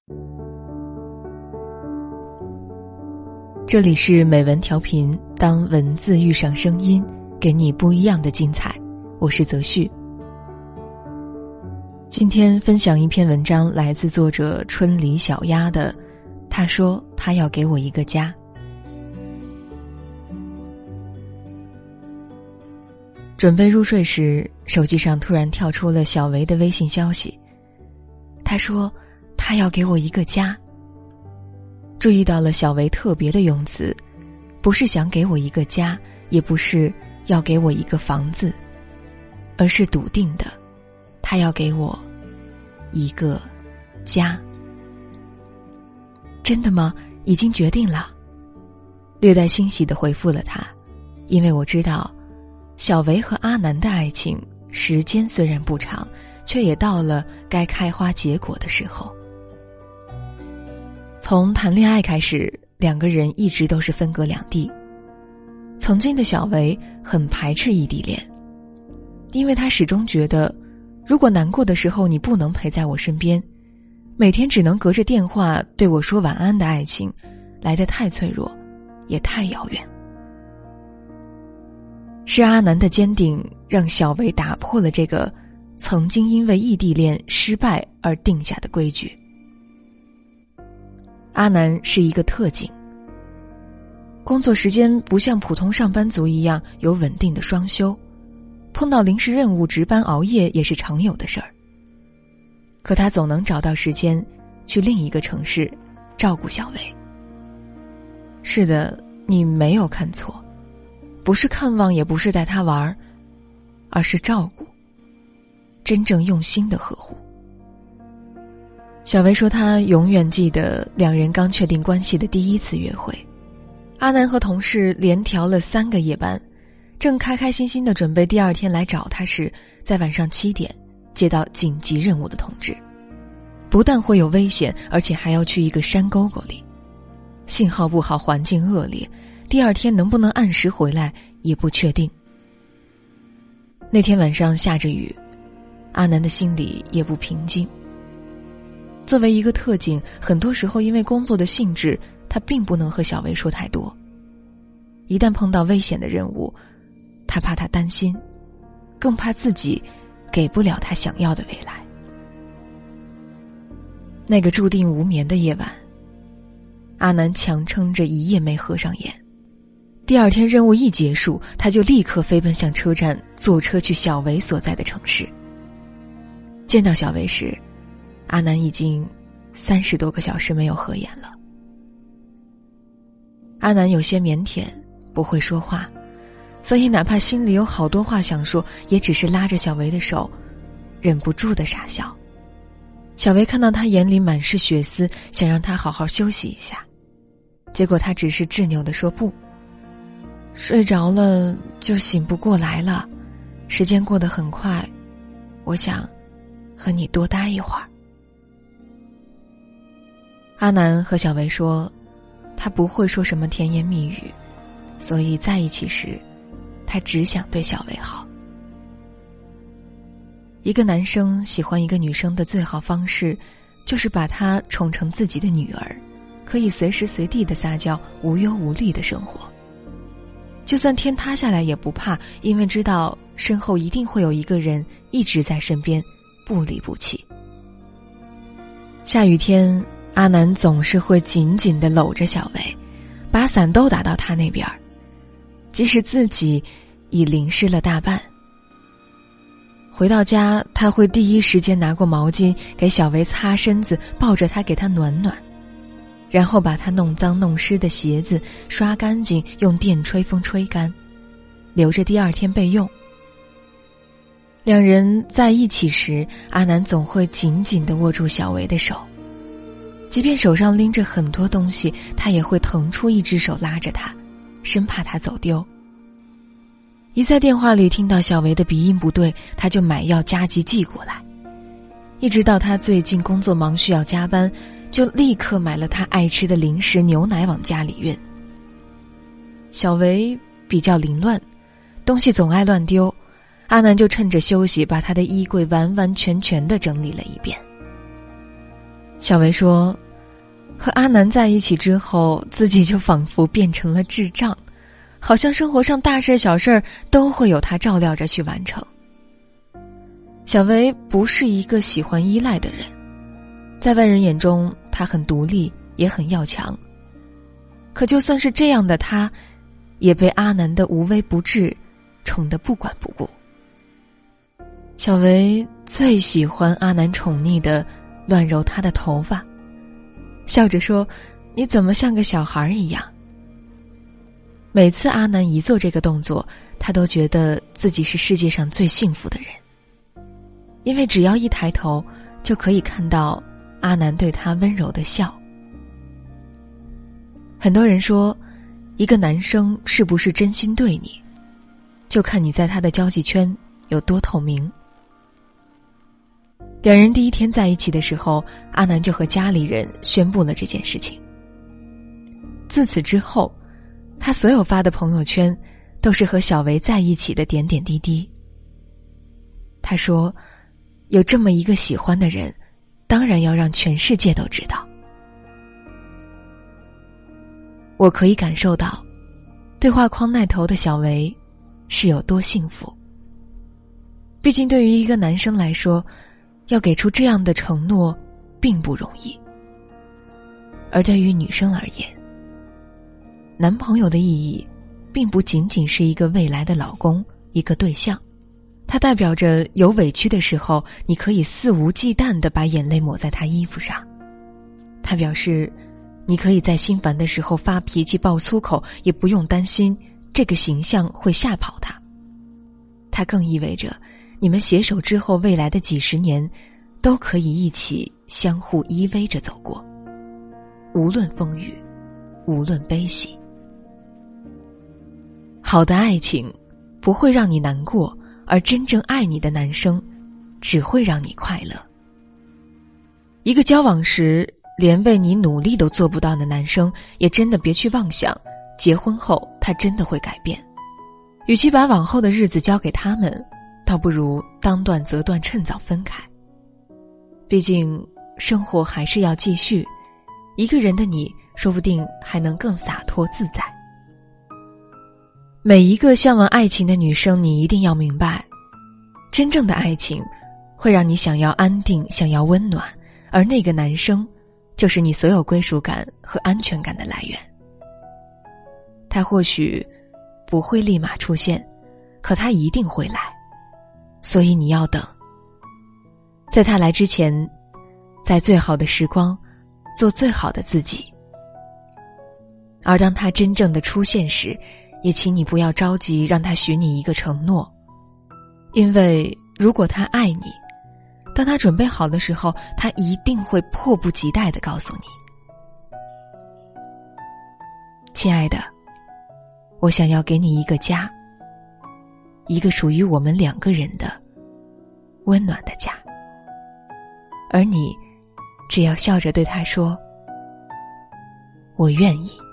这里是美文调频，当文字遇上声音，给你不一样的精彩。我是泽旭。今天分享一篇文章，来自作者春里小鸭的，他说他要给我一个家。准备入睡时，手机上突然跳出了小维的微信消息。他说他要给我一个家。注意到了小维特别的用词，不是想给我一个家，也不是要给我一个房子，而是笃定的，他要给我一个家。真的吗？已经决定了？略带欣喜地回复了他，因为我知道小维和阿南的爱情时间虽然不长，却也到了该开花结果的时候。从谈恋爱开始，两个人一直都是分隔两地。曾经的小维很排斥异地恋，因为他始终觉得，如果难过的时候你不能陪在我身边，每天只能隔着电话对我说晚安的爱情，来得太脆弱，也太遥远。是阿南的坚定，让小维打破了这个曾经因为异地恋失败而定下的规矩。阿南是一个特警，工作时间不像普通上班族一样有稳定的双休，碰到临时任务值班熬夜也是常有的事儿。可他总能找到时间去另一个城市照顾小维。是的，你没有看错，不是看望，也不是带他玩，而是照顾，真正用心的呵护。小维说他永远记得两人刚确定关系的第一次约会。阿南和同事连调了3个夜班，正开开心心地准备第二天来找他时，在晚上7点接到紧急任务的通知，不但会有危险，而且还要去一个山沟沟里，信号不好，环境恶劣，第二天能不能按时回来也不确定。那天晚上下着雨，阿南的心里也不平静。作为一个特警，很多时候因为工作的性质，他并不能和小维说太多。一旦碰到危险的任务，他怕他担心，更怕自己给不了他想要的未来。那个注定无眠的夜晚，阿南强撑着一夜没合上眼。第二天任务一结束，他就立刻飞奔向车站，坐车去小维所在的城市。见到小维时，阿南已经30多个小时没有合眼了。阿南有些腼腆，不会说话，所以哪怕心里有好多话想说，也只是拉着小维的手，忍不住的傻笑。小维看到他眼里满是血丝，想让他好好休息一下，结果他只是执拗地说不，睡着了就醒不过来了，时间过得很快，我想和你多待一会儿。阿南和小维说，他不会说什么甜言蜜语，所以在一起时，他只想对小维好。一个男生喜欢一个女生的最好方式，就是把她宠成自己的女儿，可以随时随地的撒娇，无忧无虑的生活。就算天塌下来也不怕，因为知道身后一定会有一个人一直在身边，不离不弃。下雨天，阿南总是会紧紧地搂着小维，把伞都打到他那边，即使自己已淋湿了大半。回到家，他会第一时间拿过毛巾给小维擦身子，抱着他给他暖暖，然后把他弄脏弄湿的鞋子刷干净，用电吹风吹干，留着第二天备用。两人在一起时，阿南总会紧紧地握住小维的手，即便手上拎着很多东西，他也会腾出一只手拉着他，生怕他走丢。一在电话里听到小维的鼻音不对，他就买药加急寄过来，一直到他最近工作忙需要加班，就立刻买了他爱吃的零食牛奶往家里运。小维比较凌乱，东西总爱乱丢，阿南就趁着休息把他的衣柜完完全全地整理了一遍。 小维说，和阿南在一起之后，自己就仿佛变成了智障，好像生活上大事小事都会有他照料着去完成。小维不是一个喜欢依赖的人，在外人眼中他很独立，也很要强。可就算是这样的他，也被阿南的无微不至宠得不管不顾。小维最喜欢阿南宠溺地乱揉他的头发，笑着说，你怎么像个小孩一样。每次阿南一做这个动作，他都觉得自己是世界上最幸福的人，因为只要一抬头就可以看到阿南对他温柔的笑。很多人说，一个男生是不是真心对你，就看你在他的交际圈有多透明。两人第一天在一起的时候，阿南就和家里人宣布了这件事情。自此之后，他所有发的朋友圈都是和小维在一起的点点滴滴。他说，有这么一个喜欢的人，当然要让全世界都知道。我可以感受到，对话框那头的小维是有多幸福。毕竟对于一个男生来说，要给出这样的承诺并不容易。而对于女生而言，男朋友的意义并不仅仅是一个未来的老公，一个对象，它代表着有委屈的时候，你可以肆无忌惮地把眼泪抹在他衣服上。它表示你可以在心烦的时候发脾气爆粗口，也不用担心这个形象会吓跑他。它更意味着你们携手之后未来的几十年都可以一起相互依偎着走过，无论风雨，无论悲喜。好的爱情不会让你难过，而真正爱你的男生只会让你快乐。一个交往时连为你努力都做不到的男生，也真的别去妄想结婚后他真的会改变。与其把往后的日子交给他们，倒不如当断则断，趁早分开。毕竟生活还是要继续，一个人的你说不定还能更洒脱自在。每一个向往爱情的女生，你一定要明白，真正的爱情会让你想要安定，想要温暖，而那个男生就是你所有归属感和安全感的来源。他或许不会立马出现，可他一定会来，所以你要等。在他来之前，在最好的时光做最好的自己。而当他真正的出现时，也请你不要着急让他许你一个承诺，因为如果他爱你，当他准备好的时候，他一定会迫不及待地告诉你。亲爱的，我想要给你一个家，一个属于我们两个人的温暖的家。而你只要笑着对他说，我愿意。